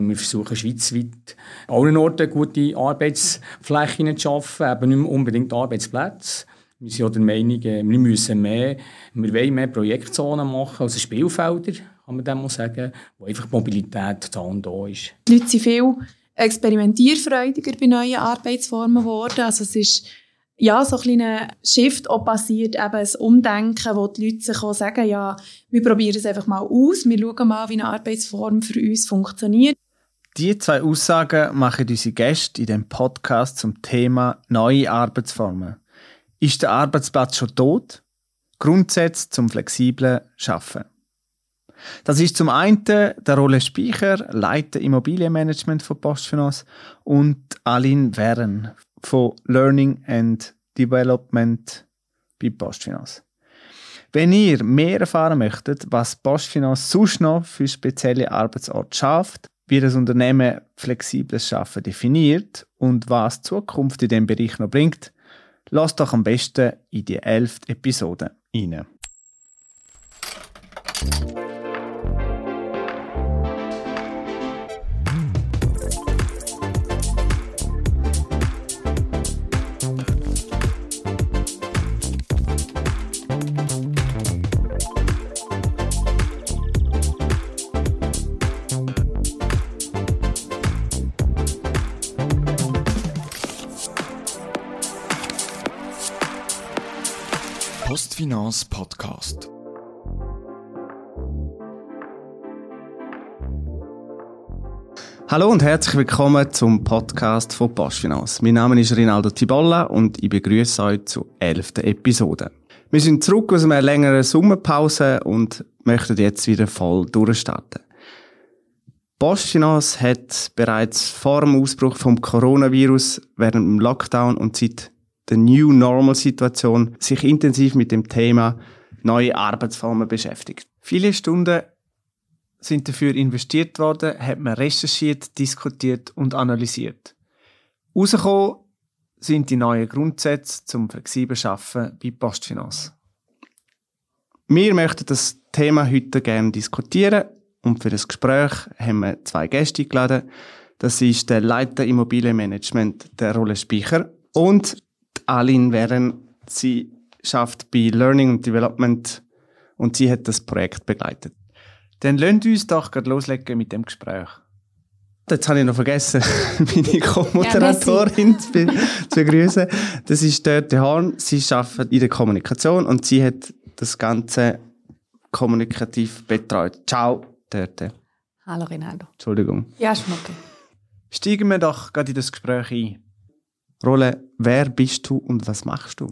Wir versuchen schweizweit an allen Orten gute Arbeitsflächen zu schaffen, eben nicht mehr unbedingt Arbeitsplätze. Wir sind auch der Meinung, wir wollen mehr Projektzonen machen, also Spielfelder, kann man dem mal sagen, wo einfach die Mobilität da und da ist. Die Leute sind viel experimentierfreudiger bei neuen Arbeitsformen geworden. Also es ist ja so ein kleiner Shift auch passiert, eben ein Umdenken, wo die Leute sich auch sagen, ja, wir probieren es einfach mal aus, wir schauen mal, wie eine Arbeitsform für uns funktioniert. Die 2 Aussagen machen unsere Gäste in dem Podcast zum Thema neue Arbeitsformen. Ist der Arbeitsplatz schon tot? Grundsätze zum flexiblen Arbeiten. Das ist zum einen der Roland Speicher, Leiter Immobilienmanagement von PostFinance, und Aline Wern von Learning and Development bei PostFinance. Wenn ihr mehr erfahren möchtet, was PostFinance sonst noch für spezielle Arbeitsorte schafft, wie das Unternehmen flexibles Arbeiten definiert und was die Zukunft in diesem Bereich noch bringt, lasst doch am besten in die 11. Episode rein. PostFinance Podcast. Hallo und herzlich willkommen zum Podcast von PostFinance. Mein Name ist Rinaldo Tibolla und ich begrüße euch zur 11. Episode. Wir sind zurück aus einer längeren Sommerpause und möchten jetzt wieder voll durchstarten. PostFinance hat bereits vor dem Ausbruch vom Coronavirus, während dem Lockdown und seit der New Normal-Situation sich intensiv mit dem Thema neue Arbeitsformen beschäftigt. Viele Stunden sind dafür investiert worden, hat man recherchiert, diskutiert und analysiert. Rausgekommen sind die neuen Grundsätze zum flexiblen Arbeiten bei PostFinance. Wir möchten das Thema heute gerne diskutieren und für das Gespräch haben wir 2 Gäste eingeladen. Das ist der Leiter Immobilienmanagement, der Roland Speicher, und Aline Wern. Sie arbeitet bei Learning and Development und sie hat das Projekt begleitet. Dann lasst uns doch gerade loslegen mit dem Gespräch. Jetzt habe ich noch vergessen, meine Co-Moderatorin zu begrüßen. Das ist Dörte Horn. Sie arbeitet in der Kommunikation und sie hat das Ganze kommunikativ betreut. Ciao, Dörte. Hallo Rinaldo. Entschuldigung. Ja, ist okay. Steigen wir doch gerade in das Gespräch ein. Roland, wer bist du und was machst du?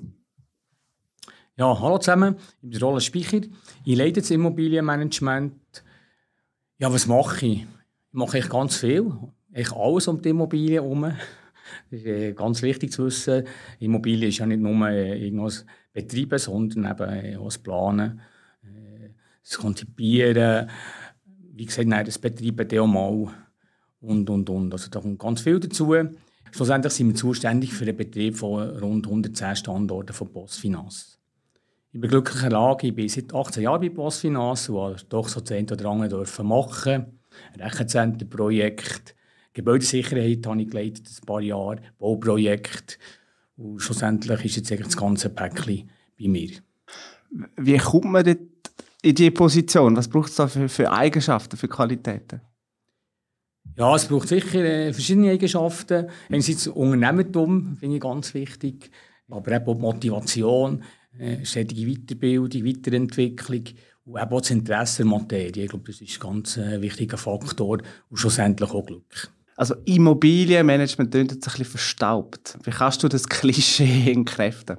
Ja, hallo zusammen, ich bin Roland Speicher. Ich leite das Immobilienmanagement. Ja, was mache ich? Ich mache eigentlich ganz viel. Eigentlich alles um die Immobilien herum. Das ist ganz wichtig zu wissen. Immobilien ist ja nicht nur irgendwas betreiben, sondern eben auch das Planen, das Konzipieren, wie gesagt, das Betreiben der auch mal und. Also da kommt ganz viel dazu. Schlussendlich sind wir zuständig für den Betrieb von rund 110 Standorten von PostFinance. Ich bin glücklich in der Lage, ich bin seit 18 Jahren bei PostFinance und habe doch so 10 oder andere dürfen machen. Rechenzenterprojekt, Gebäudesicherheit habe ich geleitet, ein paar Jahre, Bauprojekt. Und schlussendlich ist jetzt eigentlich das ganze Päckchen bei mir. Wie kommt man dort in diese Position? Was braucht es da für Eigenschaften, für Qualitäten? Ja, es braucht sicher verschiedene Eigenschaften. Einerseits Unternehmertum, finde ich ganz wichtig, aber eben auch die Motivation, stetige Weiterbildung, Weiterentwicklung und eben auch das Interesse an der Materie. Ich glaube, das ist ein ganz wichtiger Faktor und schlussendlich auch Glück. Also Immobilienmanagement klingt jetzt ein bisschen verstaubt. Wie kannst du das Klischee entkräften?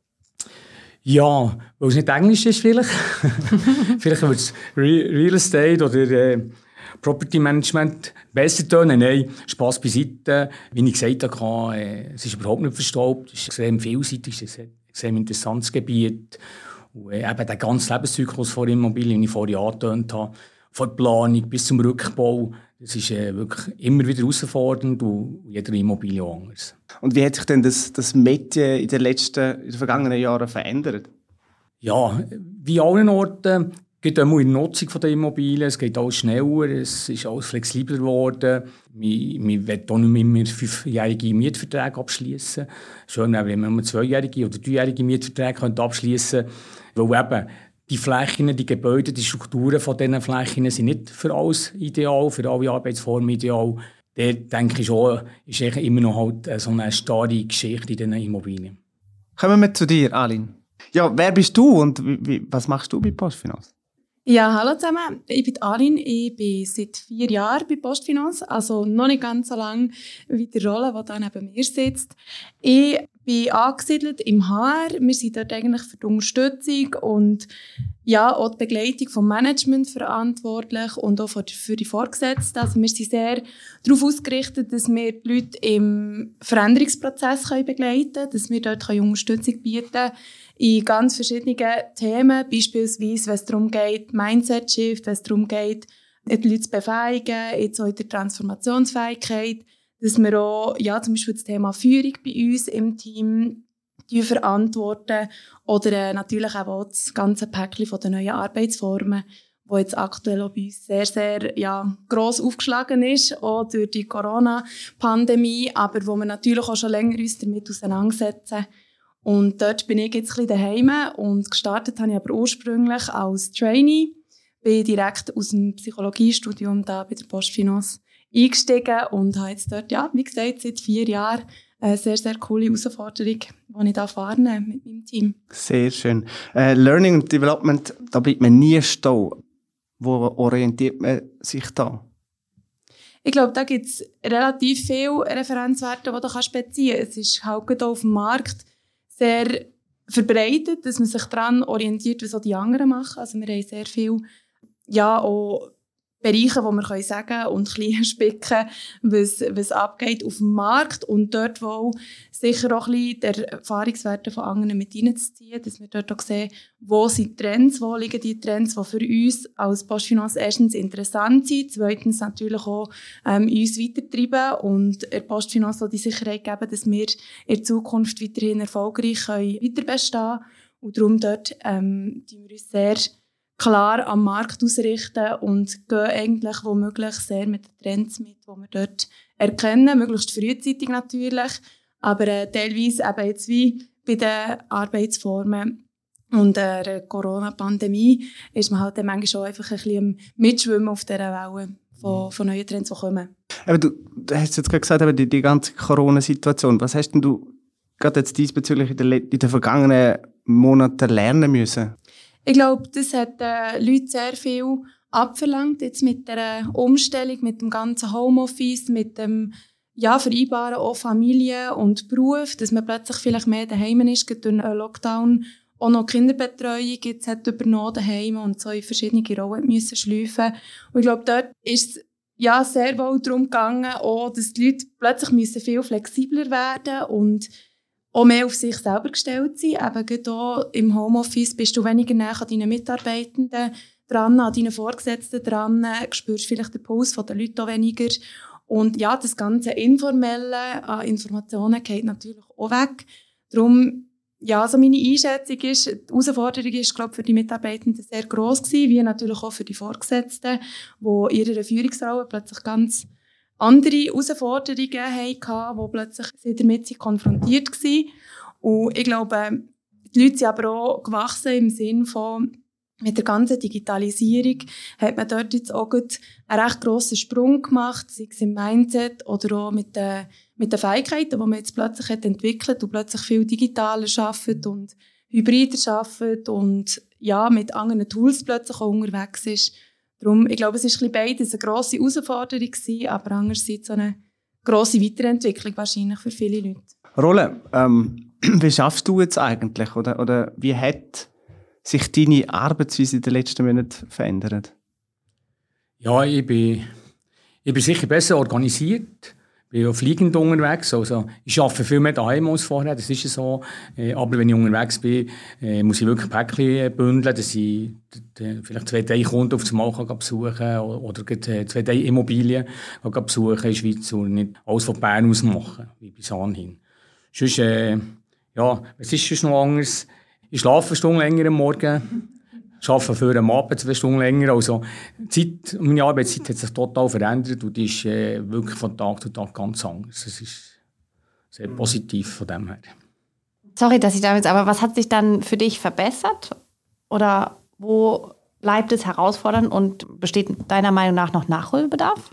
Ja, weil es nicht Englisch ist vielleicht. Vielleicht wird es Real Estate oder Property Management besser tönen. Nein, Spass beiseite. Wie ich gesagt habe, es ist überhaupt nicht verstaubt. Es ist extrem vielseitig, es ist ein extrem interessantes Gebiet. Und eben der ganze Lebenszyklus von Immobilien, den ich vorhin angetönt habe, von der Planung bis zum Rückbau, das ist wirklich immer wieder herausfordernd und jeder Immobilie anders. Und wie hat sich denn das Metier in den vergangenen Jahren verändert? Ja, wie an allen Orten, geht auch in der Nutzung der Immobilien, es geht alles schneller, es ist alles flexibler geworden. Wir wollen auch nicht mehr immer 5-jährige Mietverträge abschließen. Schön wäre, wenn man nur 2-jährige oder 3-jährige Mietverträge abschließen könnte, weil eben die Flächen, die Gebäude, die Strukturen von diesen Flächen sind nicht für alles ideal, für alle Arbeitsformen ideal. Der denke ich schon, ist immer noch halt so eine starre Geschichte in diesen Immobilien. Kommen wir zu dir, Alin. Ja, wer bist du und was machst du bei PostFinance? Ja, hallo zusammen. Ich bin Alin. Ich bin seit 4 Jahren bei PostFinance, also noch nicht ganz so lange wie die Rolle, die da neben mir sitzt. Ich bin angesiedelt im HR. Wir sind dort eigentlich für die Unterstützung und ja, auch die Begleitung vom Management verantwortlich und auch für die Vorgesetzten. Also wir sind sehr darauf ausgerichtet, dass wir die Leute im Veränderungsprozess begleiten können, dass wir dort Unterstützung bieten können in ganz verschiedenen Themen, beispielsweise wenn es darum geht, Mindset-Shift, wenn es darum geht, die Leute zu befähigen, jetzt auch in der Transformationsfähigkeit, dass wir auch zum Beispiel das Thema Führung bei uns im Team verantworten oder natürlich auch das ganze Päckchen von den neuen Arbeitsformen, wo jetzt aktuell auch bei uns sehr, sehr gross aufgeschlagen ist, auch durch die Corona-Pandemie, aber wo wir natürlich auch schon länger uns damit auseinandersetzen. Und dort bin ich jetzt ein bisschen daheim und gestartet habe ich aber ursprünglich als Trainee, bin direkt aus dem Psychologiestudium da bei der PostFinance eingestiegen und habe jetzt dort, wie gesagt, seit 4 Jahren eine sehr, sehr coole Herausforderung, die ich da fahre mit meinem Team. Sehr schön. Learning und Development, da bleibt man nie stehen. Wo orientiert man sich da? Ich glaube, da gibt es relativ viele Referenzwerte, die du beziehen kannst. Es ist halt auf dem Markt sehr verbreitet, dass man sich daran orientiert, was auch die anderen machen. Also wir haben sehr viele auch Bereiche, wo wir sagen können und ein bisschen spicken, was abgeht auf dem Markt und dort wo sicher auch ein bisschen die Erfahrungswerte von anderen mit reinzuziehen, dass wir dort auch sehen, wo sind Trends, wo liegen die Trends, die für uns als PostFinance erstens interessant sind, zweitens natürlich auch uns weitertreiben und der PostFinance auch die Sicherheit geben, dass wir in Zukunft weiterhin erfolgreich weiter bestehen können. Und darum dort tun wir uns sehr klar am Markt ausrichten und gehen eigentlich womöglich sehr mit den Trends mit, die wir dort erkennen, möglichst frühzeitig natürlich, aber teilweise eben jetzt wie bei den Arbeitsformen und der Corona-Pandemie ist man halt dann manchmal schon einfach ein bisschen am Mitschwimmen auf dieser Welle von neuen Trends, die kommen. Aber du hast jetzt gerade gesagt, die ganze Corona-Situation, was hast denn du gerade jetzt diesbezüglich in den vergangenen Monaten lernen müssen? Ich glaube, das hat Leute sehr viel abverlangt, jetzt mit der Umstellung, mit dem ganzen Homeoffice, mit dem Vereinbaren auch Familie und Beruf, dass man plötzlich vielleicht mehr daheim ist, durch einen Lockdown auch noch Kinderbetreuung jetzt hat übernommen daheim und so in verschiedene Rollen müssen schleifen. Und ich glaube, dort ist es sehr wohl darum gegangen, auch, dass die Leute plötzlich viel flexibler werden und auch mehr auf sich selber gestellt sein. Eben gerade auch im Homeoffice bist du weniger näher an deinen Mitarbeitenden dran, an deinen Vorgesetzten dran, spürst vielleicht den Puls der Leute auch weniger. Und das ganze Informelle an Informationen geht natürlich auch weg. Darum, also meine Einschätzung ist, die Herausforderung ist, glaube ich, für die Mitarbeitenden sehr gross gewesen, wie natürlich auch für die Vorgesetzten, die in ihrer Führungsrolle plötzlich ganz andere Herausforderungen hatten, die plötzlich damit konfrontiert waren. Und ich glaube, die Leute sind aber auch gewachsen im Sinne von, mit der ganzen Digitalisierung hat man dort jetzt auch einen recht grossen Sprung gemacht, sei es im Mindset oder auch mit den Fähigkeiten, die man jetzt plötzlich hat entwickelt und plötzlich viel digitaler arbeitet und hybrider arbeitet und mit anderen Tools plötzlich auch unterwegs ist. Darum, ich glaube, es ist ein bisschen beides eine grosse Herausforderung gewesen, aber andererseits eine grosse Weiterentwicklung wahrscheinlich für viele Leute. Rolle, wie schaffst du jetzt eigentlich? Oder wie hat sich deine Arbeitsweise in den letzten Monaten verändert? Ja, ich bin sicher besser organisiert. Ich bin ja fliegend unterwegs. Also, ich arbeite viel mehr daheim als vorher, das ist ja so. Aber wenn ich unterwegs bin, muss ich wirklich Päckchen bündeln, dass ich vielleicht 2-3 Kunden auf das Mal besuchen kann oder 2-3 Immobilien besuchen in der Schweiz und nicht alles von Bern aus machen, wie bis anhin. Sonst, es ist schon noch anders. Ich schlafe eine Stunde länger am Morgen, arbeite für am Abend 2 Stunden länger. Also meine Arbeitszeit hat sich total verändert und die ist wirklich von Tag zu Tag ganz anders. Das ist sehr positiv von dem her. Sorry, dass ich da jetzt, aber was hat sich dann für dich verbessert? Oder wo bleibt es herausfordernd und besteht deiner Meinung nach noch Nachholbedarf?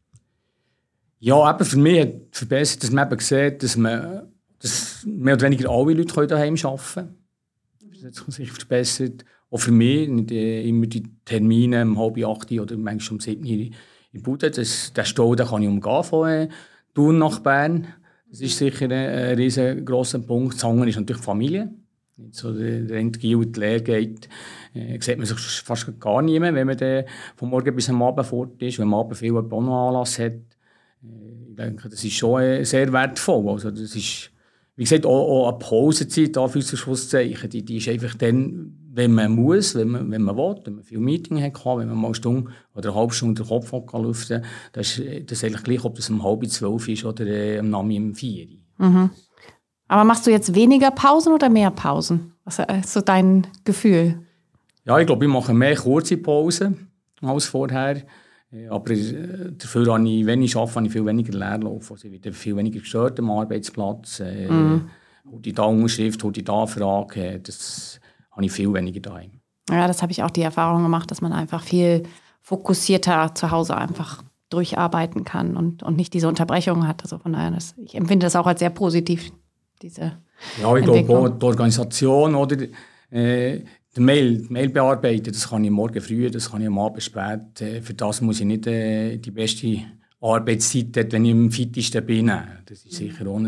Ja, eben für mich hat verbessert, dass man eben sieht, dass mehr oder weniger alle Leute daheim arbeiten können. Das hat sich verbessert. Auch für mich, nicht immer die Termine um 7:30 oder manchmal um 7 Uhr in Bude. Den Stau den kann ich umgehen von Thun nach Bern. Das ist sicher ein riesengroßer Punkt. Das andere ist natürlich die Familie. So der Entgehen und die Lehre geht, sieht man sich fast gar nicht mehr, wenn man vom Morgen bis am Abend fort ist. Wenn man am Abend viel Anlass hat. Ich denke, das ist schon sehr wertvoll. Also das ist, wie gesagt, auch eine Pausezeit, Anführungszeichen, die ist einfach dann, wenn man muss, wenn man will, wenn man viel Meeting hat, wenn man mal eine Stunde oder eine halbe Stunde den Kopf lüften kann, dann ist das eigentlich gleich, ob das um 11:30 ist oder am Nachmittag um 4 Uhr. Mhm. Aber machst du jetzt weniger Pausen oder mehr Pausen? Was ist so dein Gefühl? Ja, ich glaube, ich mache mehr kurze Pausen als vorher. Aber dafür habe ich, wenn ich arbeite, habe ich viel weniger Leerlauf. Also ich werde viel weniger gestört am Arbeitsplatz. Hol die da Unterschrift, hol die da Frage. Das habe ich viel weniger daheim. Ja, das habe ich auch die Erfahrung gemacht, dass man einfach viel fokussierter zu Hause einfach durcharbeiten kann und nicht diese Unterbrechungen hat. Also von daher, ich empfinde das auch als sehr positiv, diese Ja, ich glaube auch die Organisation oder die Mail bearbeiten, das kann ich morgen früh, das kann ich am Abend spät. Für das muss ich nicht die beste Arbeitszeit haben, wenn ich am fittesten bin. Das ist sicher auch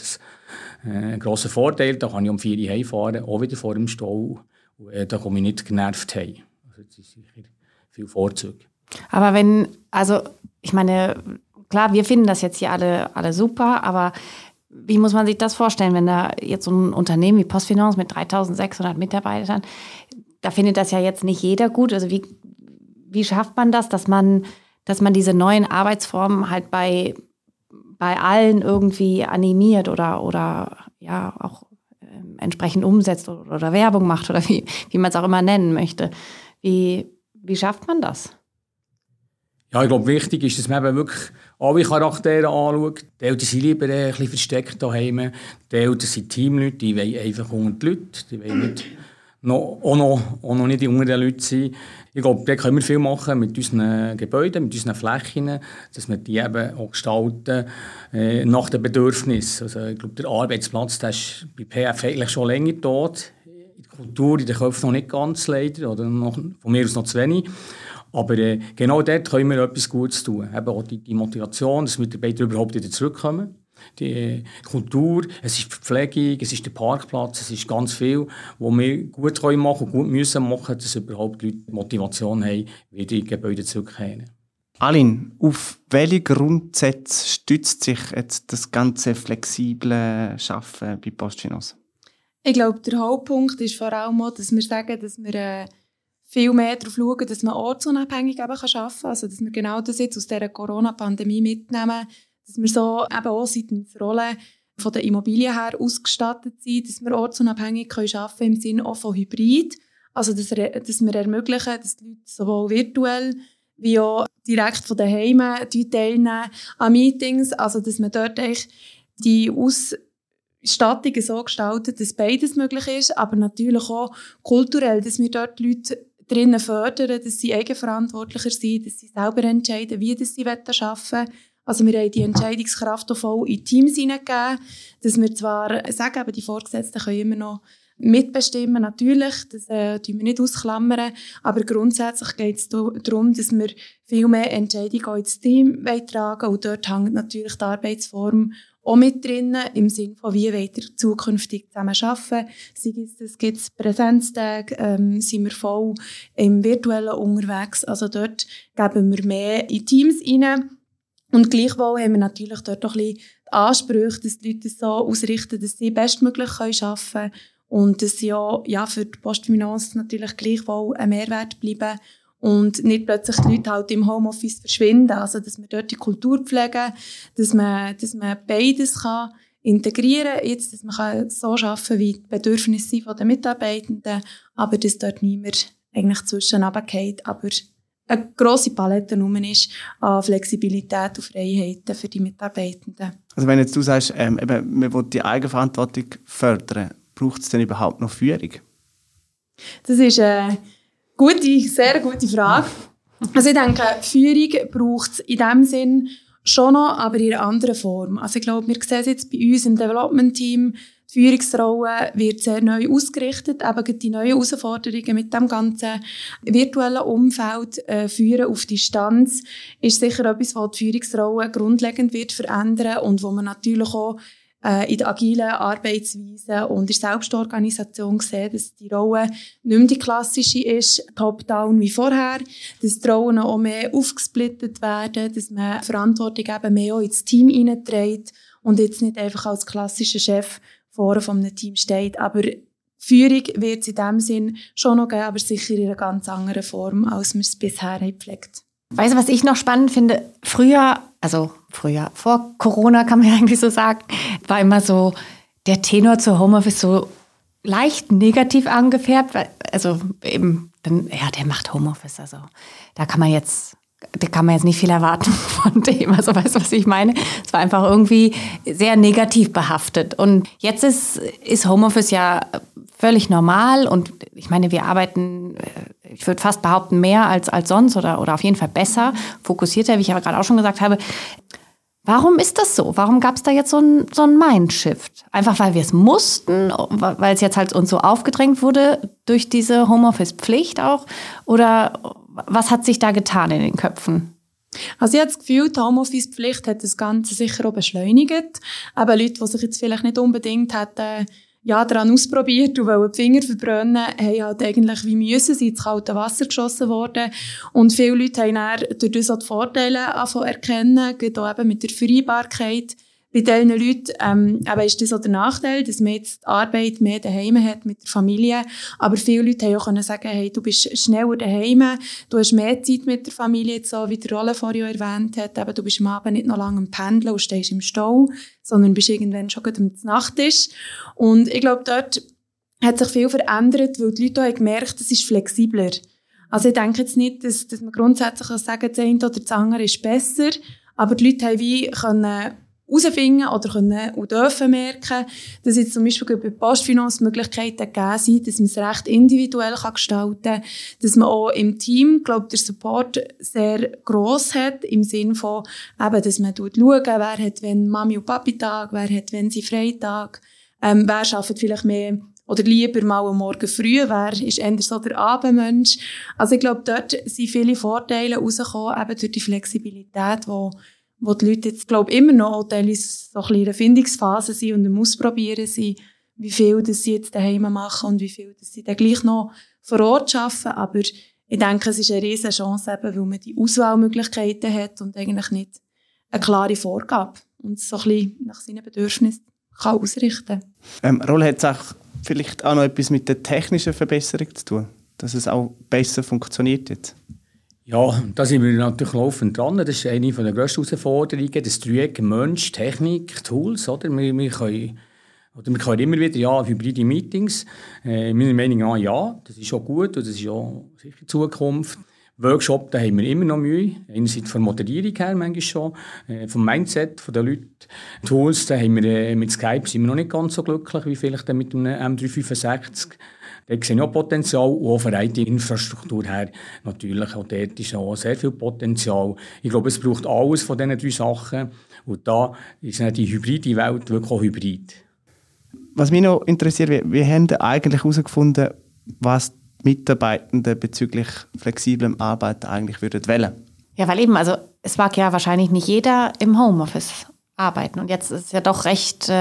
ein grosser Vorteil. Da kann ich um 4 Uhr heimfahren, auch wieder vor dem Stau. Und da komme ich nicht genervt heim. Also das ist sicher viel Vorzug. Aber ich meine, klar, wir finden das jetzt hier alle super, aber wie muss man sich das vorstellen, wenn da jetzt so ein Unternehmen wie PostFinance mit 3.600 Mitarbeitern, da findet das ja jetzt nicht jeder gut. Also wie schafft man das, dass man diese neuen Arbeitsformen halt bei allen irgendwie animiert oder ja auch entsprechend umsetzt oder Werbung macht oder wie man es auch immer nennen möchte. Wie schafft man das? Ja, ich glaube, wichtig ist, dass man eben wirklich alle Charaktere anschaut. Die Eltern sind lieber ein bisschen versteckt daheim. Die Eltern sind Teamleute, die wollen einfach unter die Leute. Die wollen nicht auch noch nicht unter den Leuten sein. Ich glaube, da können wir viel machen mit unseren Gebäuden, mit unseren Flächen, dass wir die eben auch gestalten nach den Bedürfnissen. Also ich glaube, der Arbeitsplatz, der ist bei PF eigentlich schon länger tot. In der Kultur, in den Köpfen noch nicht ganz leider, oder von mir aus noch zu wenig. Aber genau dort können wir etwas Gutes tun. Eben auch die Motivation, dass Mitarbeiter überhaupt wieder zurückkommen. Die Kultur, es ist die Verpflegung, es ist der Parkplatz, es ist ganz viel, was wir gut machen können und gut müssen machen, dass überhaupt die Leute Motivation haben, wieder in die Gebäude zurückzukehren. Aline, auf welche Grundsätze stützt sich jetzt das ganze flexible Arbeiten bei PostFinance? Ich glaube, der Hauptpunkt ist vor allem auch, dass wir sagen, dass wir viel mehr darauf schauen, dass man ortsunabhängig arbeiten kann. Also, dass wir genau das jetzt aus dieser Corona-Pandemie mitnehmen, dass wir so eben auch seitens Rolle von der Immobilien her ausgestattet sind, dass wir ortsunabhängig arbeiten können, im Sinne auch von Hybrid. Also, dass wir ermöglichen, dass die Leute sowohl virtuell wie auch direkt von daheim teilnehmen an Meetings. Also, dass man dort eigentlich die Ausstattung so gestaltet, dass beides möglich ist, aber natürlich auch kulturell, dass wir dort die Leute drinnen fördern, dass sie eigenverantwortlicher sind, dass sie selber entscheiden, wie sie arbeiten wollen. Also wir haben die Entscheidungskraft auch voll in Teams hineingegeben, dass wir zwar sagen, aber die Vorgesetzten können immer noch mitbestimmen, natürlich, das tun wir nicht ausklammern, aber grundsätzlich geht es darum, dass wir viel mehr Entscheidungen auch ins Team tragen und dort hängt natürlich die Arbeitsform auch mit drin, im Sinne von, wie wollt ihr zukünftig zusammen arbeiten. Gibt es Präsenztage, sind wir voll im Virtuellen unterwegs. Also dort geben wir mehr in Teams rein. Und gleichwohl haben wir natürlich dort auch ein bisschen die Ansprüche, dass die Leute es so ausrichten, dass sie bestmöglich arbeiten können. Und dass sie ja für die PostFinance natürlich gleichwohl ein Mehrwert bleiben. Und nicht plötzlich die Leute halt im Homeoffice verschwinden. Also, dass wir dort die Kultur pflegen, dass man beides kann integrieren kann. Jetzt, dass man so arbeiten kann, wie die Bedürfnisse der Mitarbeitenden, aber dass dort niemand eigentlich zwischen runterfällt, aber eine grosse Palette ist an Flexibilität und Freiheiten für die Mitarbeitenden. Also wenn jetzt du sagst, man will die Eigenverantwortung fördern, braucht es denn überhaupt noch Führung? Das ist eine sehr gute Frage. Also ich denke, Führung braucht es in diesem Sinn schon noch, aber in einer anderen Form. Also ich glaube, wir sehen es jetzt bei uns im Development-Team, die Führungsrolle wird sehr neu ausgerichtet, eben die neuen Herausforderungen mit dem ganzen virtuellen Umfeld, Führen auf Distanz, ist sicher etwas, was die Führungsrolle grundlegend wird verändern und wo man natürlich auch in der agilen Arbeitsweise und in der Selbstorganisation sehen, dass die Rolle nicht mehr die klassische ist, top-down wie vorher, dass die Rollen auch mehr aufgesplittet werden, dass man Verantwortung eben mehr auch ins Team hineinträgt und jetzt nicht einfach als klassischer Chef vorne von einem Team steht. Aber Führung wird es in diesem Sinn schon noch geben, aber sicher in einer ganz anderen Form, als wir es bisher gepflegt. Weißt du, was ich noch spannend finde? Früher, vor Corona kann man ja eigentlich so sagen, war immer so der Tenor zur Homeoffice so leicht negativ angefärbt. Also eben, der macht Homeoffice. Also da kann man jetzt nicht viel erwarten von dem. Also weißt du, was ich meine? Es war einfach irgendwie sehr negativ behaftet. Und jetzt ist Homeoffice ja völlig normal. Und ich meine, wir arbeiten, ich würde fast behaupten, mehr als sonst oder auf jeden Fall besser, fokussierter, wie ich aber gerade auch schon gesagt habe. Warum ist das so? Warum gab es da jetzt so ein Mindshift? Einfach, weil wir es mussten, weil es jetzt halt uns so aufgedrängt wurde durch diese Homeoffice-Pflicht auch? Oder was hat sich da getan in den Köpfen? Also ich habe das Gefühl, die Homeoffice-Pflicht hat das Ganze sicher auch beschleunigt. Aber Leute, die sich jetzt vielleicht nicht unbedingt hätten daran ausprobiert und wollen die Finger verbrennen, haben halt eigentlich wie müssen sie ins kalte Wasser geschossen worden. Und viele Leute haben dann durch das auch die Vorteile erkennen, gerade auch eben mit der Vereinbarkeit. Bei diesen Leuten ist das auch der Nachteil, dass man jetzt die Arbeit mehr daheim hat mit der Familie. Aber viele Leute haben auch können sagen, hey, du bist schneller daheim, du hast mehr Zeit mit der Familie, jetzt so wie die Rolle vorhin erwähnt hat. Eben, du bist am Abend nicht noch lange am Pendeln und stehst im Stau, sondern bist irgendwann schon gut am Nachttisch. Und ich glaube, dort hat sich viel verändert, weil die Leute auch haben gemerkt, es ist flexibler. Also ich denke jetzt nicht, dass man grundsätzlich sagen kann, das eine oder das andere ist besser, aber die Leute haben wie können herausfinden oder können und dürfen merken, dass jetzt zum Beispiel bei Postfinance Möglichkeiten gegeben sind, dass man es recht individuell gestalten kann, dass man auch im Team, glaube ich, der Support sehr gross hat, im Sinne von, eben, dass man schaut, wer hat wenn Mami- und Papi-Tag, wer hat wenn sie Freitag, wer arbeitet vielleicht mehr oder lieber mal am Morgen früh, wer ist eher so der Abendmensch. Also ich glaube, dort sind viele Vorteile rausgekommen, eben durch die Flexibilität, wo die Leute jetzt, glaube ich, immer noch teilweise so ein bisschen in der Findungsphase sind und am Ausprobieren sind, wie viel das sie jetzt daheim machen und wie viel das sie dann gleich noch vor Ort arbeiten. Aber ich denke, es ist eine riesige Chance, eben, weil man die Auswahlmöglichkeiten hat und eigentlich nicht eine klare Vorgabe und es so ein bisschen nach seinen Bedürfnissen kann ausrichten kann. Rolle, hat es auch vielleicht auch noch etwas mit der technischen Verbesserung zu tun, dass es auch besser funktioniert jetzt? Ja, da sind wir natürlich laufend dran. Das ist eine der grössten Herausforderungen, das Dreieck Mensch, Technik, Tools. Oder? Wir können immer wieder hybride Meetings. Meiner Meinung nach ja, das ist auch gut und das ist auch sicher Zukunft. Workshop, da haben wir immer noch Mühe. Einerseits von der Moderierung her, manchmal schon, vom Mindset der Leute. Tools, da haben wir mit Skype sind wir noch nicht ganz so glücklich wie vielleicht mit einem M365. Da sehe ich auch Potenzial und auch von der IT-Infrastruktur her natürlich. Auch dort ist auch sehr viel Potenzial. Ich glaube, es braucht alles von diesen 3 Sachen. Und da ist die hybride Welt wirklich auch hybrid. Was mich noch interessiert, wie haben Sie eigentlich herausgefunden, was die Mitarbeitenden bezüglich flexiblem Arbeiten eigentlich würden wollen? Ja, weil eben, also es mag ja wahrscheinlich nicht jeder im Homeoffice arbeiten. Und jetzt ist es ja doch recht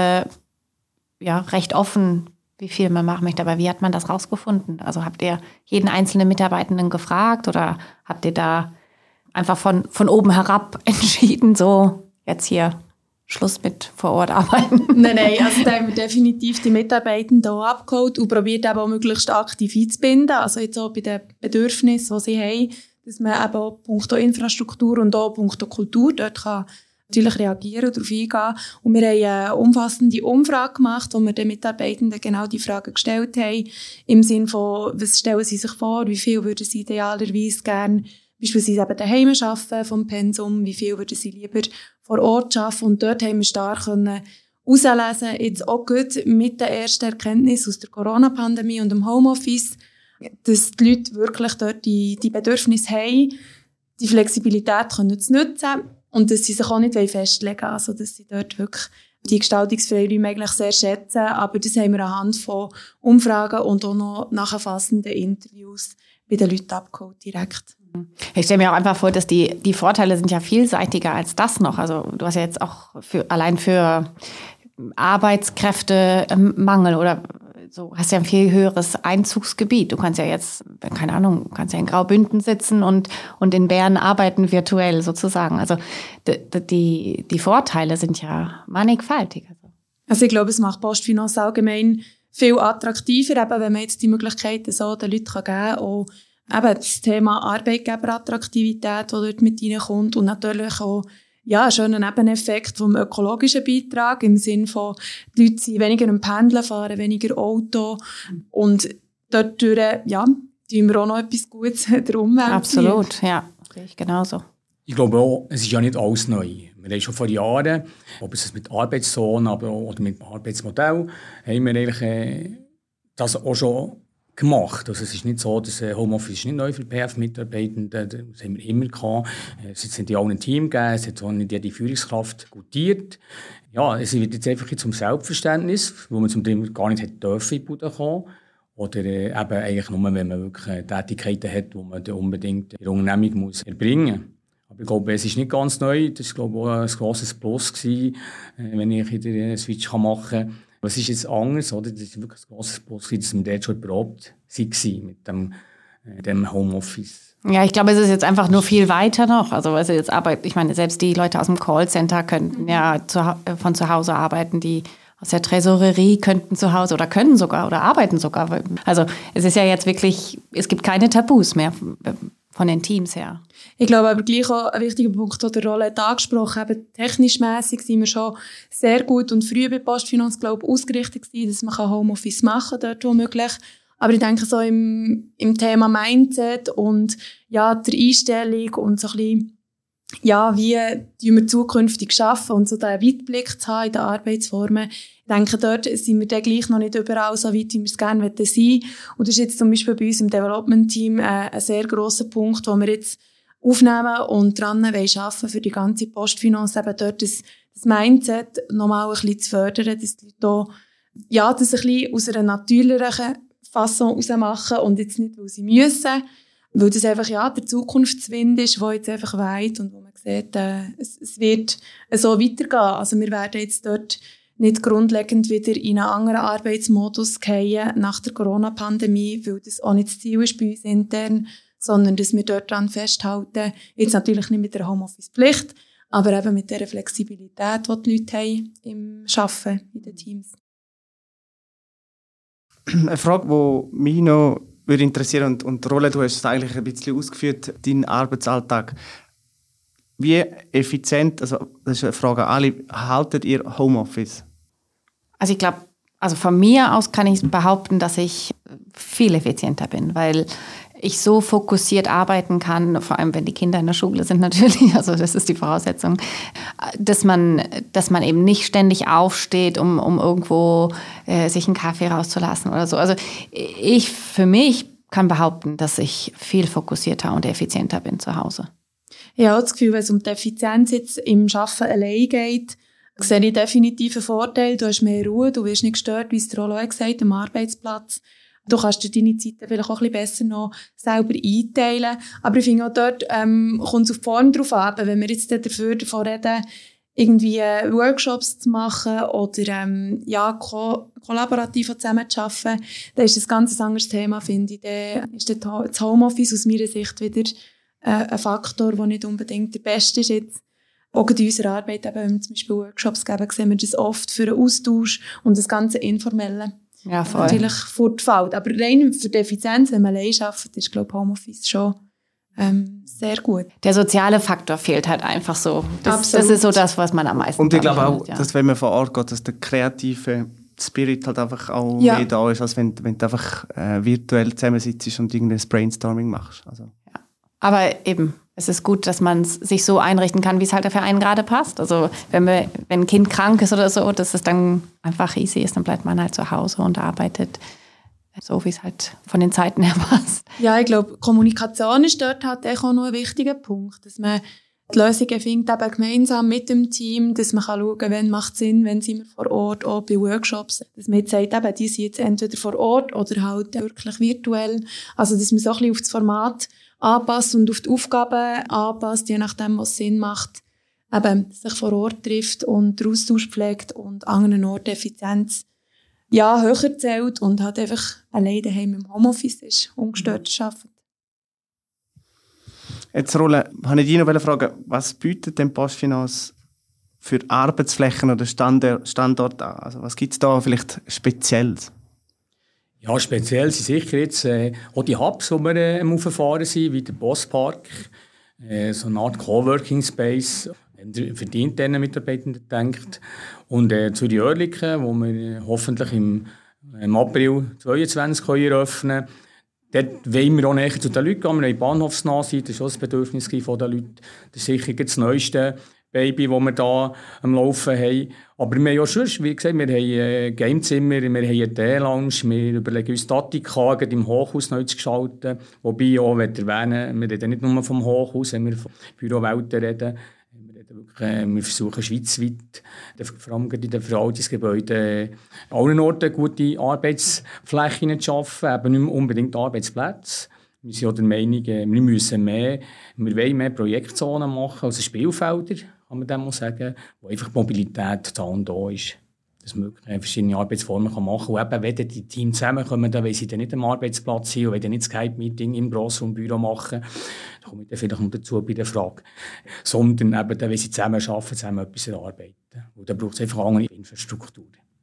offen, wie viel man machen möchte. Aber wie hat man das rausgefunden? Also habt ihr jeden einzelnen Mitarbeitenden gefragt oder habt ihr da einfach von oben herab entschieden, so jetzt hier Schluss mit vor Ort arbeiten? Nein, also da haben wir definitiv die Mitarbeitenden hier abgeholt und probiert eben auch möglichst aktiv einzubinden. Also jetzt auch bei den Bedürfnissen, die sie haben, dass man eben auch punkto Infrastruktur und auch punkto Kultur dort kann natürlich reagieren und darauf eingehen. Und wir haben eine umfassende Umfrage gemacht, wo wir den Mitarbeitenden genau die Fragen gestellt haben, im Sinne von, was stellen sie sich vor, wie viel würden sie idealerweise gerne beispielsweise eben daheim arbeiten vom Pensum, wie viel würden sie lieber vor Ort arbeiten. Und dort haben wir stark herauslesen, jetzt auch gut mit der ersten Erkenntnis aus der Corona-Pandemie und dem Homeoffice, dass die Leute wirklich dort die Bedürfnisse haben, die Flexibilität können zu nutzen und dass sie sich auch nicht festlegen wollen. Also, dass sie dort wirklich die Gestaltungsfreiräume eigentlich sehr schätzen. Aber das haben wir anhand von Umfragen und auch noch nachfassenden Interviews bei den Leuten abgeholt direkt. Ich stelle mir auch einfach vor, dass die Vorteile sind ja vielseitiger als das noch. Also du hast ja jetzt auch allein für Arbeitskräftemangel oder so, hast ja ein viel höheres Einzugsgebiet. Du kannst ja jetzt, keine Ahnung, kannst ja in Graubünden sitzen und in Bern arbeiten virtuell sozusagen. Also die Vorteile sind ja mannigfaltig. Also ich glaube, es macht Postfinance allgemein viel attraktiver, eben, wenn man jetzt die Möglichkeiten so den Leuten geben kann, auch eben das Thema Arbeitgeberattraktivität, das dort mit reinkommt und natürlich auch einen schönen Nebeneffekt vom ökologischen Beitrag im Sinne von, die Leute sind weniger im Pendeln, fahren weniger Auto und dadurch, tun wir auch noch etwas Gutes der Umwelt. Absolut, ja, sehe ich genauso. Ich glaube auch, es ist ja nicht alles neu. Wir haben schon vor Jahren, ob es mit Arbeitszonen oder mit Arbeitsmodell, haben wir eigentlich das auch schon gemacht. Also es ist nicht so, dass Homeoffice ist nicht neu für PF-Mitarbeitende, das haben wir immer gehabt. Es sind ja auch ein Team gegeben, es hat auch nicht jede Führungskraft gutiert. Ja, es wird jetzt einfach zum Selbstverständnis, wo man zum Teil gar nicht hätte dürfen in die Bude kommen. Oder eben eigentlich nur, wenn man wirklich Tätigkeiten hat, die man unbedingt in der Unternehmung muss erbringen muss. Aber ich glaube, es ist nicht ganz neu. Das war, glaube ich, auch ein grosses Plus gewesen, wenn ich wieder einen Switch machen kann. Was ist jetzt anders, oder? Das ist wirklich ein grosses Plus, dass wir dort schon überhaupt waren mit dem Homeoffice. Ja, ich glaube, es ist jetzt einfach nur viel weiter noch. Also, weil jetzt ich meine, selbst die Leute aus dem Callcenter könnten ja von zu Hause arbeiten, die aus der Trésorerie könnten zu Hause oder können sogar oder arbeiten sogar. Also, es ist ja jetzt wirklich, es gibt keine Tabus mehr von den Teams her. Ich glaube aber gleich auch ein wichtiger Punkt, den Rolle hat angesprochen, eben technisch-mässig sind wir schon sehr gut und früh bei Postfinance, glaube ich, ausgerichtet gewesen, dass man Homeoffice machen kann, dort wo möglich. Aber ich denke so im Thema Mindset und der Einstellung und so ein bisschen, wie wir zukünftig arbeiten und so den Weitblick zu haben in den Arbeitsformen. Ich denke, dort sind wir dann gleich noch nicht überall so weit, wie wir es gerne sein wollen. Und das ist jetzt zum Beispiel bei uns im Development-Team ein sehr grosser Punkt, wo wir jetzt aufnehmen und dran arbeiten für die ganze Postfinance, eben dort das Mindset nochmal ein bisschen zu fördern, dass die Leute auch, das ein bisschen aus einer natürlichen Fassung raus machen und jetzt nicht, weil sie müssen, weil das einfach der Zukunftswind ist, der jetzt einfach weht und wo man sieht, es wird so weitergehen. Also wir werden jetzt dort nicht grundlegend wieder in einen anderen Arbeitsmodus fallen nach der Corona-Pandemie, weil das auch nicht das Ziel ist bei uns intern, sondern dass wir dort dran festhalten, jetzt natürlich nicht mit der Homeoffice-Pflicht, aber eben mit der Flexibilität, die die Leute haben im Arbeiten in den Teams. Eine Frage, die mich noch interessieren und Rolle, du hast es eigentlich ein bisschen ausgeführt, deinen Arbeitsalltag. Wie effizient, also das ist eine Frage an alle, haltet ihr Homeoffice? Also ich glaube, von mir aus kann ich behaupten, dass ich viel effizienter bin, weil ich so fokussiert arbeiten kann, vor allem wenn die Kinder in der Schule sind natürlich, also das ist die Voraussetzung, dass man eben nicht ständig aufsteht, um irgendwo sich einen Kaffee rauszulassen oder so. Also ich für mich kann behaupten, dass ich viel fokussierter und effizienter bin zu Hause. Ich habe das Gefühl, wenn es um die Effizienz jetzt im Arbeiten allein geht, sehe ich definitiv einen Vorteil. Du hast mehr Ruhe, du wirst nicht gestört, wie es der Rollo gesagt hat, am Arbeitsplatz. Du kannst dir deine Zeiten vielleicht auch ein bisschen besser noch selber einteilen. Aber ich finde auch dort kommt es auf die Form drauf an. Wenn wir jetzt davon reden, irgendwie Workshops zu machen oder kollaborativ zusammen zu arbeiten, dann ist das ein ganz anderes Thema, finde ich. Dann ist das Homeoffice aus meiner Sicht wieder ein Faktor, der nicht unbedingt der beste ist jetzt. Auch in unserer Arbeit, eben, wenn wir zum Beispiel Workshops geben, sehen wir das oft für einen Austausch und das ganze Informelle. Ja, natürlich fortfällt. Aber rein für die Effizienz, wenn man allein arbeitet, ist, glaube ich, Homeoffice schon sehr gut. Der soziale Faktor fehlt halt einfach so. Das ist so das, was man am meisten Und ich glaube auch, findet, ja. dass wenn man vor Ort geht, dass der kreative Spirit halt einfach auch Ja. mehr da ist, als wenn du einfach virtuell zusammensitzt und irgendein Brainstorming machst. Also. Aber eben, es ist gut, dass man es sich so einrichten kann, wie es halt für einen gerade passt. Also wenn ein Kind krank ist oder so, dass es dann einfach easy ist, dann bleibt man halt zu Hause und arbeitet so, wie es halt von den Zeiten her passt. Ja, ich glaube, Kommunikation ist dort halt auch noch ein wichtiger Punkt, dass man die Lösungen findet eben gemeinsam mit dem Team, dass man schauen kann, wann macht es Sinn, wenn sind wir vor Ort, auch bei Workshops. Dass man jetzt sagt, eben, die sind jetzt entweder vor Ort oder halt wirklich virtuell. Also, dass man so ein bisschen auf das Format anpasst und auf die Aufgaben anpasst, je nachdem, was Sinn macht. Eben, sich vor Ort trifft und den Austausch pflegt und an anderen Orten Effizienz höher zählt und halt einfach allein daheim im Homeoffice ist, ungestört arbeitet. Jetzt, Rolle, habe ich dich noch fragen, was bietet denn PostFinance für Arbeitsflächen oder Standorte an? Also was gibt es da vielleicht Spezielles? Ja, speziell sind sicher jetzt auch die Hubs, die wir am Auffahren sind, wie der Postpark, so eine Art Coworking Space, für die internen Mitarbeitenden denkt. Und Zürich Oerlikon, wo wir hoffentlich im April 2022 eröffnen können. Dort wollen wir auch näher zu den Leuten gehen. Wir wollen bahnhofsnah sein, das war auch das Bedürfnis der Leute. Das ist sicher das neueste Baby, das wir hier am Laufen haben. Aber wir haben auch schon, wie gesagt, wir haben Gamezimmer, wir haben eine Teelounge, wir überlegen uns Statik im Hochhaus neu zu gestalten. Wobei ich auch erwähnen, wir reden nicht nur vom Hochhaus, wenn wir von Bürowelten reden. Wir versuchen schweizweit, vor allem in den Verwaltungsgebäuden, an allen Orten gute Arbeitsflächen zu schaffen, eben nicht mehr unbedingt Arbeitsplätze. Wir sind auch der Meinung, wir wollen mehr Projektzonen machen, also Spielfelder, kann man dem mal sagen, wo einfach die Mobilität da und da ist. Dass man verschiedene Arbeitsformen machen kann. Und eben, wenn die Teams zusammenkommen, dann wollen sie dann nicht am Arbeitsplatz sein und wollen dann nicht das Skype-Meeting im Grossraumbüro machen. Da komme ich dann vielleicht noch dazu bei der Frage. Sondern eben, dann wollen sie zusammen arbeiten, zusammen etwas erarbeiten. Und da braucht es einfach andere Infrastruktur.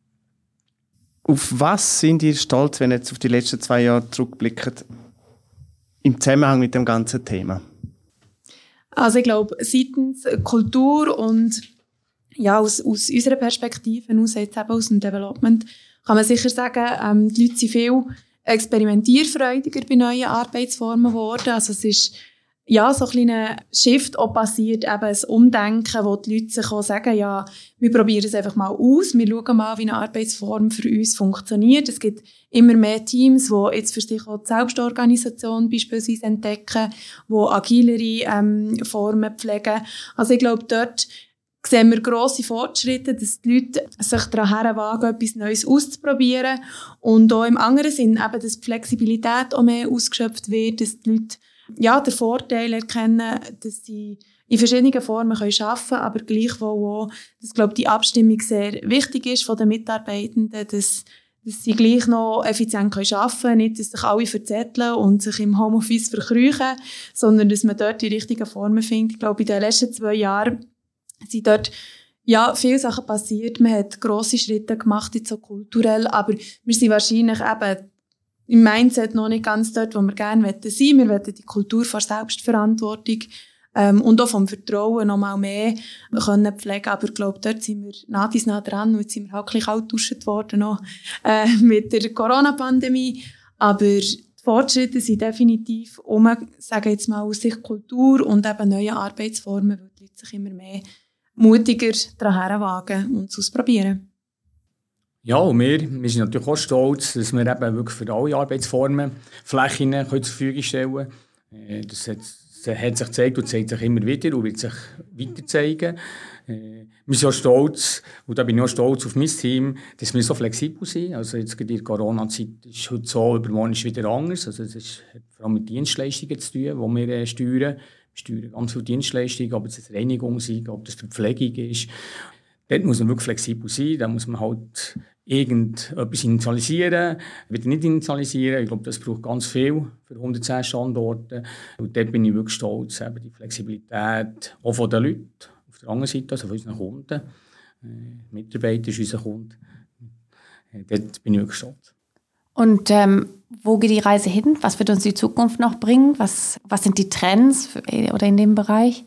Auf was sind ihr stolz, wenn ihr jetzt auf die letzten 2 Jahre zurückblickt, im Zusammenhang mit dem ganzen Thema? Also ich glaube, seitens Kultur und aus unserer Perspektive, jetzt eben aus dem Development, kann man sicher sagen, die Leute sind viel experimentierfreudiger bei neuen Arbeitsformen geworden. Also es ist so ein kleiner Shift auch passiert, eben ein Umdenken, wo die Leute sich auch sagen, wir probieren es einfach mal aus, wir schauen mal, wie eine Arbeitsform für uns funktioniert. Es gibt immer mehr Teams, die jetzt für sich auch die Selbstorganisation beispielsweise entdecken, die agilere Formen pflegen. Also ich glaube, dort sehen wir grosse Fortschritte, dass die Leute sich daran wagen, etwas Neues auszuprobieren. Und auch im anderen Sinn, eben, dass die Flexibilität auch mehr ausgeschöpft wird, dass die Leute den Vorteil erkennen, dass sie in verschiedenen Formen arbeiten können, aber gleichwohl auch, dass, glaube ich, die Abstimmung sehr wichtig ist von den Mitarbeitenden, dass sie gleich noch effizient arbeiten können, nicht, dass sich alle verzetteln und sich im Homeoffice verkrüchen, sondern dass man dort die richtigen Formen findet. Ich glaube, in den letzten 2 Jahren sind dort viele Sachen passiert. Man hat grosse Schritte gemacht, jetzt so kulturell, aber wir sind wahrscheinlich eben im Mindset noch nicht ganz dort, wo wir gerne sein wollen. Wir wollen die Kultur von Selbstverantwortung und auch vom Vertrauen noch mal mehr können pflegen. Aber ich glaube, dort sind wir nah dran und jetzt sind wir halt ein bisschen kalt geduscht worden noch, mit der Corona-Pandemie. Aber die Fortschritte sind definitiv sagen jetzt mal, aus Sicht Kultur und eben neue Arbeitsformen, weil die Leute sich immer mehr mutiger daran wagen und es ausprobieren. Ja, und wir sind natürlich auch stolz, dass wir eben wirklich für alle Arbeitsformen Flächen zur Verfügung stellen können. Das hat sich gezeigt und zeigt sich immer wieder und wird sich weiter zeigen. Wir sind auch stolz, und da bin ich auch stolz auf mein Team, dass wir so flexibel sind. Also jetzt in der Corona-Zeit ist es heute so, übermorgen ist es wieder anders. Also es hat vor allem mit Dienstleistungen zu tun, die wir steuern. Wir steuern ganz viele Dienstleistungen, ob es eine Reinigung ist, ob das Verpflegung ist. Dort muss man wirklich flexibel sein. Da muss man halt irgendetwas initialisieren, wieder nicht initialisieren. Ich glaube, das braucht ganz viel für 110 Standorte. Und dort bin ich wirklich stolz, eben die Flexibilität auch von den Leuten. Auf der anderen Seite, also von unseren Kunden. Mitarbeiter ist unser Kunde. Dort bin ich wirklich stolz. Und wo geht die Reise hin? Was wird uns die Zukunft noch bringen? Was sind die Trends oder in dem Bereich?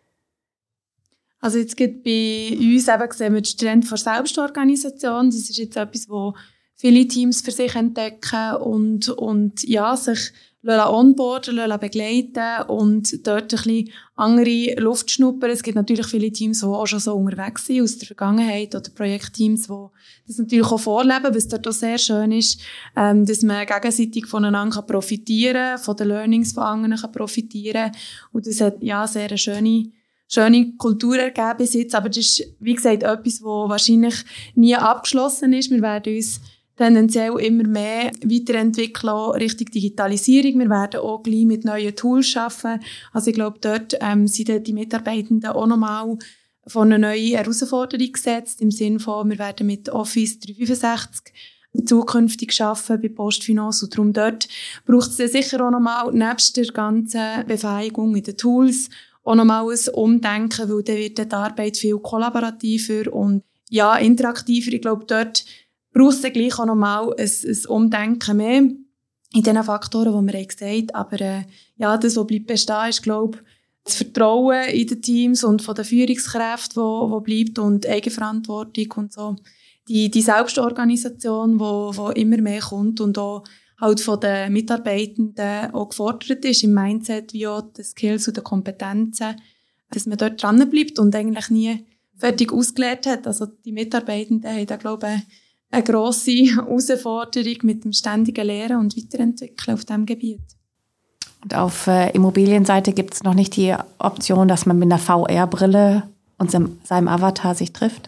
Also jetzt gibt bei uns eben sehen wir den Trend der Selbstorganisation. Das ist jetzt etwas, wo viele Teams für sich entdecken und ja, sich onboarden, begleiten und dort ein bisschen andere Luft schnuppern. Es gibt natürlich viele Teams, die auch schon so unterwegs sind aus der Vergangenheit oder Projektteams, die das natürlich auch vorleben, was dort auch sehr schön ist, dass man gegenseitig voneinander profitieren kann, von den Learnings von anderen kann profitieren. Und das hat ja sehr eine schöne Kultur ergeben bis jetzt, aber das ist, wie gesagt, etwas, das wahrscheinlich nie abgeschlossen ist. Wir werden uns tendenziell immer mehr weiterentwickeln Richtung Digitalisierung. Wir werden auch gleich mit neuen Tools arbeiten. Also ich glaube, dort sind die Mitarbeitenden auch nochmal von einer neuen Herausforderung gesetzt, im Sinne von, wir werden mit Office 365 zukünftig arbeiten bei PostFinance und darum dort braucht es sicher auch nochmal, nebst der ganzen Befähigung in den Tools, auch nochmal ein Umdenken, weil dann wird die Arbeit viel kollaborativer und ja, interaktiver. Ich glaube, dort braucht es dann gleich auch nochmal ein Umdenken mehr in diesen Faktoren, die wir gesagt haben. Aber ja, das, was bleibt bestehen, ist, glaube ich, das Vertrauen in den Teams und von den Führungskräften, wo bleibt und Eigenverantwortung und so. Die Selbstorganisation, wo immer mehr kommt und auch halt von den Mitarbeitenden auch gefordert ist, im Mindset wie auch die Skills und die Kompetenzen, dass man dort dran bleibt und eigentlich nie fertig ausgelernt hat. Also die Mitarbeitenden haben da, glaube ich, eine grosse Herausforderung mit dem ständigen Lehren und Weiterentwickeln auf diesem Gebiet. Und auf Immobilienseite gibt es noch nicht die Option, dass man mit einer VR-Brille und seinem Avatar sich trifft?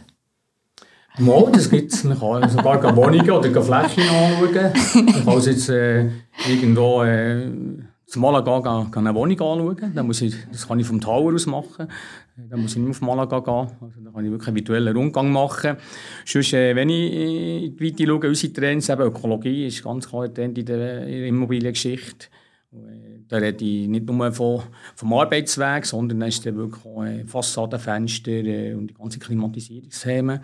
Mal, das gibt es. Man kann sogar Wohnungen oder Flächen anschauen. Man kann jetzt irgendwo zu Malaga eine Wohnung anschauen. Das kann ich vom Tower aus machen. Dann muss ich nicht auf Malaga gehen. Also, da kann ich wirklich einen virtuellen Rundgang machen. Sonst, wenn ich in die Weite schaue, unsere Trends, eben Ökologie ist ganz klar ein Trend in der Immobiliengeschichte. Da rede ich nicht nur vom Arbeitsweg, sondern da ist wirklich auch Fassadenfenster und die ganzen Klimatisierungsthemen,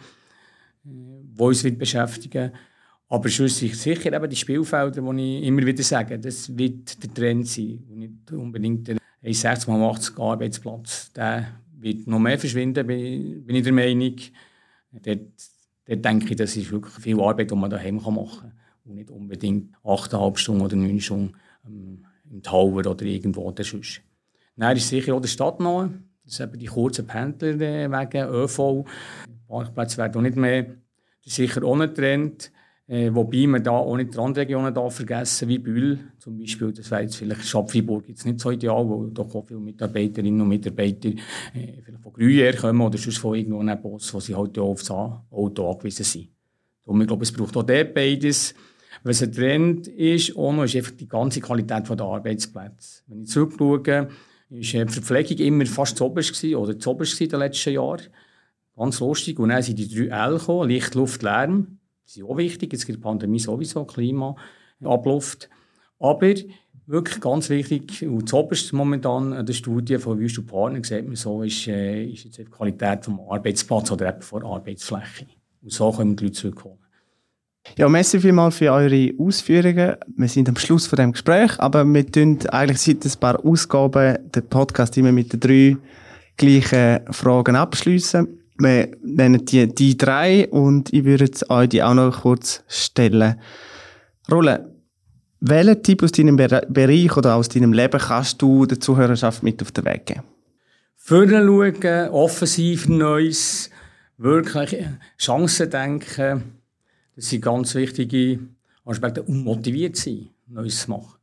die uns beschäftigen. Aber sonst sicher eben die Spielfelder, die ich immer wieder sage, das wird der Trend sein. Und nicht unbedingt der 60x80 Arbeitsplatz. Der wird noch mehr verschwinden, bin ich der Meinung. Dort denke ich, das ist wirklich viel Arbeit, die man daheim machen kann. Und nicht unbedingt 8,5 Stunden oder 9 Stunden im Tower oder irgendwo oder sonst. Dann ist sicher auch der Stadtnah. Das sind eben die kurzen Pendlerwege, ÖV. Parkplätze werden auch nicht mehr. Das ist sicher auch ein Trend. Wobei man da auch nicht die Randregionen vergessen, wie Bühl zum Beispiel. Das wäre jetzt vielleicht Schab-Fribourg jetzt nicht so ideal, weil da auch viele Mitarbeiterinnen und Mitarbeiter vielleicht von Gruyère kommen oder sonst von irgendwo einem Boss, wo sie halt auch auf das Auto angewiesen sind. Und ich glaube, es braucht auch dort beides. Was ein Trend ist, auch noch, ist einfach die ganze Qualität der Arbeitsplätze. Wenn ich zurückschaue, war die Verpflegung immer fast zuoberst oder zuoberst in den letzten Jahren. Ganz lustig. Und dann sind die 3 L gekommen, Licht, Luft, Lärm. Das ist auch wichtig. Jetzt gibt die Pandemie sowieso, Klima, Abluft. Aber wirklich ganz wichtig, und das Oberste momentan an der Studie von Wüst und Partner sieht man so, ist jetzt die Qualität des Arbeitsplatzes oder eben von der Arbeitsfläche. Und so können die Leute zurückholen. Ja, merci vielmals für eure Ausführungen. Wir sind am Schluss von dem Gespräch, aber wir tun eigentlich seit ein paar Ausgaben den Podcast immer mit den 3 gleichen Fragen abschliessen. Wir nennen die 3 und ich würde euch die auch noch kurz stellen. Rolle, welchen Tipp aus deinem Bereich oder aus deinem Leben kannst du der Zuhörerschaft mit auf den Weg geben? Vorne schauen, offensiv Neues, wirklich Chancen denken. Das sind ganz wichtige Aspekte. Und motiviert sein, Neues zu machen.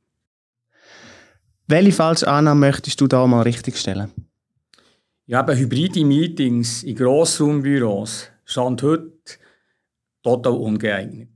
Welche falsche Annahme möchtest du da mal richtig stellen? Ja, eben hybride Meetings in Grossraumbüros stand heute total ungeeignet.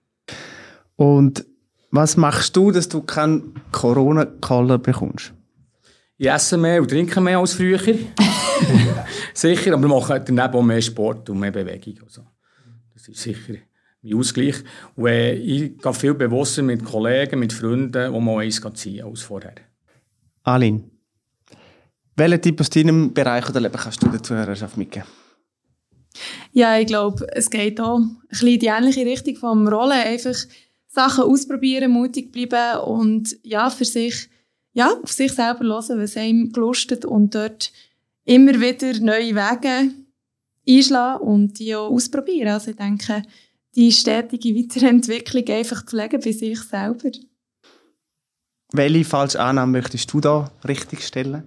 Und was machst du, dass du keinen Corona-Koller bekommst? Ich esse mehr und trinke mehr als früher. Sicher, aber wir machen daneben auch mehr Sport und mehr Bewegung. Also, das ist sicher mein Ausgleich. Und ich gehe viel bewusster mit Kollegen, mit Freunden, die mal eins ziehen als vorher. Aline, welchen Tipp aus deinem Bereich oder Leben kannst du der Zuhörerschaft mitgeben? Ja, ich glaube, es geht auch ein bisschen in die ähnliche Richtung vom Rollen. Einfach Sachen ausprobieren, mutig bleiben und ja, auf sich selber hören, was einem gelustet und dort immer wieder neue Wege einschlagen und die auch ausprobieren. Also ich denke, die stetige Weiterentwicklung einfach pflegen bei sich selber. Welche falsche Annahme möchtest du da richtig stellen?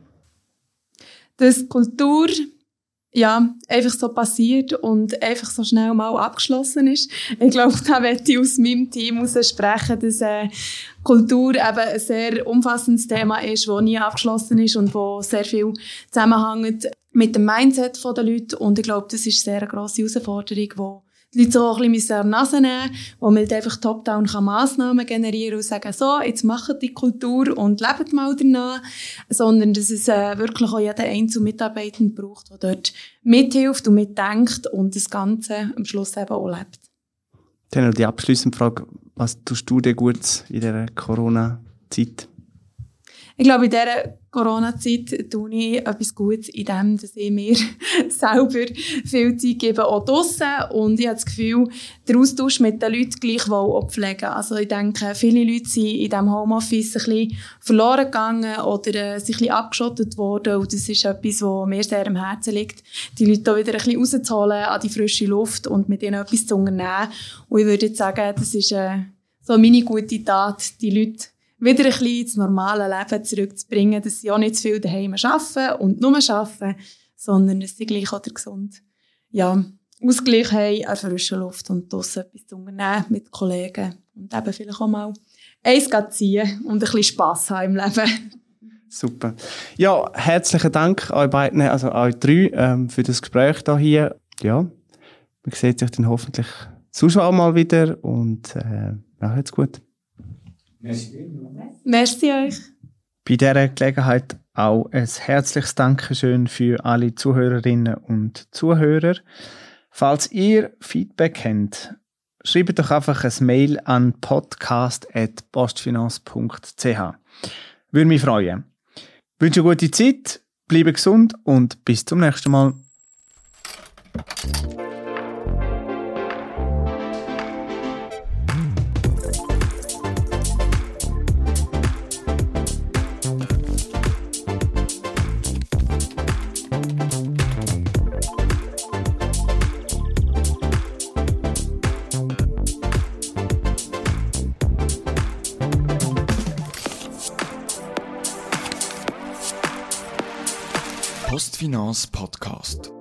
Dass Kultur einfach so passiert und einfach so schnell mal abgeschlossen ist. Ich glaube, da möchte ich aus meinem Team heraus sprechen, dass Kultur eben ein sehr umfassendes Thema ist, das nie abgeschlossen ist und wo sehr viel zusammenhängt mit dem Mindset der Leute. Und ich glaube, das ist eine sehr grosse Herausforderung, die Leute so ein bisschen an die Nase nehmen, wo man einfach top-down Massnahmen generieren und sagen, so, jetzt macht die Kultur und lebt mal danach, sondern dass es wirklich auch jeder einzelne Mitarbeiter braucht, der dort mithilft und mitdenkt und das Ganze am Schluss eben auch lebt. Dann noch die abschliessende Frage, was tust du denn gut in dieser Corona-Zeit? Ich glaube, in dieser Corona-Zeit tue ich etwas Gutes in dem, dass ich mir selber viel Zeit gebe, auch draussen. Und ich habe das Gefühl, der Austausch mit den Leuten gleichwohl auch pflegen. Also ich denke, viele Leute sind in diesem Homeoffice ein bisschen verloren gegangen oder sind ein bisschen abgeschottet worden. Und das ist etwas, was mir sehr am Herzen liegt, die Leute auch wieder ein bisschen rauszuholen an die frische Luft und mit ihnen etwas zu unternehmen. Und ich würde jetzt sagen, das ist so meine gute Tat, die Leute wieder ein bisschen ins normale Leben zurückzubringen, dass sie auch nicht zu viel daheim arbeiten und nur arbeiten, sondern dass sie gleich auch den gesunden Ausgleich haben an frischer Luft und draussen etwas zu unternehmen mit Kollegen und eben vielleicht auch mal eins ziehen und ein bisschen Spass haben im Leben. Super. Ja, herzlichen Dank euch beiden, also euch drei, für das Gespräch hier. Ja, man sieht sich dann hoffentlich sonst auch mal wieder und macht's gut. Merci euch. Bei dieser Gelegenheit auch ein herzliches Dankeschön für alle Zuhörerinnen und Zuhörer. Falls ihr Feedback habt, schreibt doch einfach ein Mail an podcast@postfinance.ch. Würde mich freuen. Ich wünsche eine gute Zeit, bleibe gesund und bis zum nächsten Mal. Postfinance Podcast.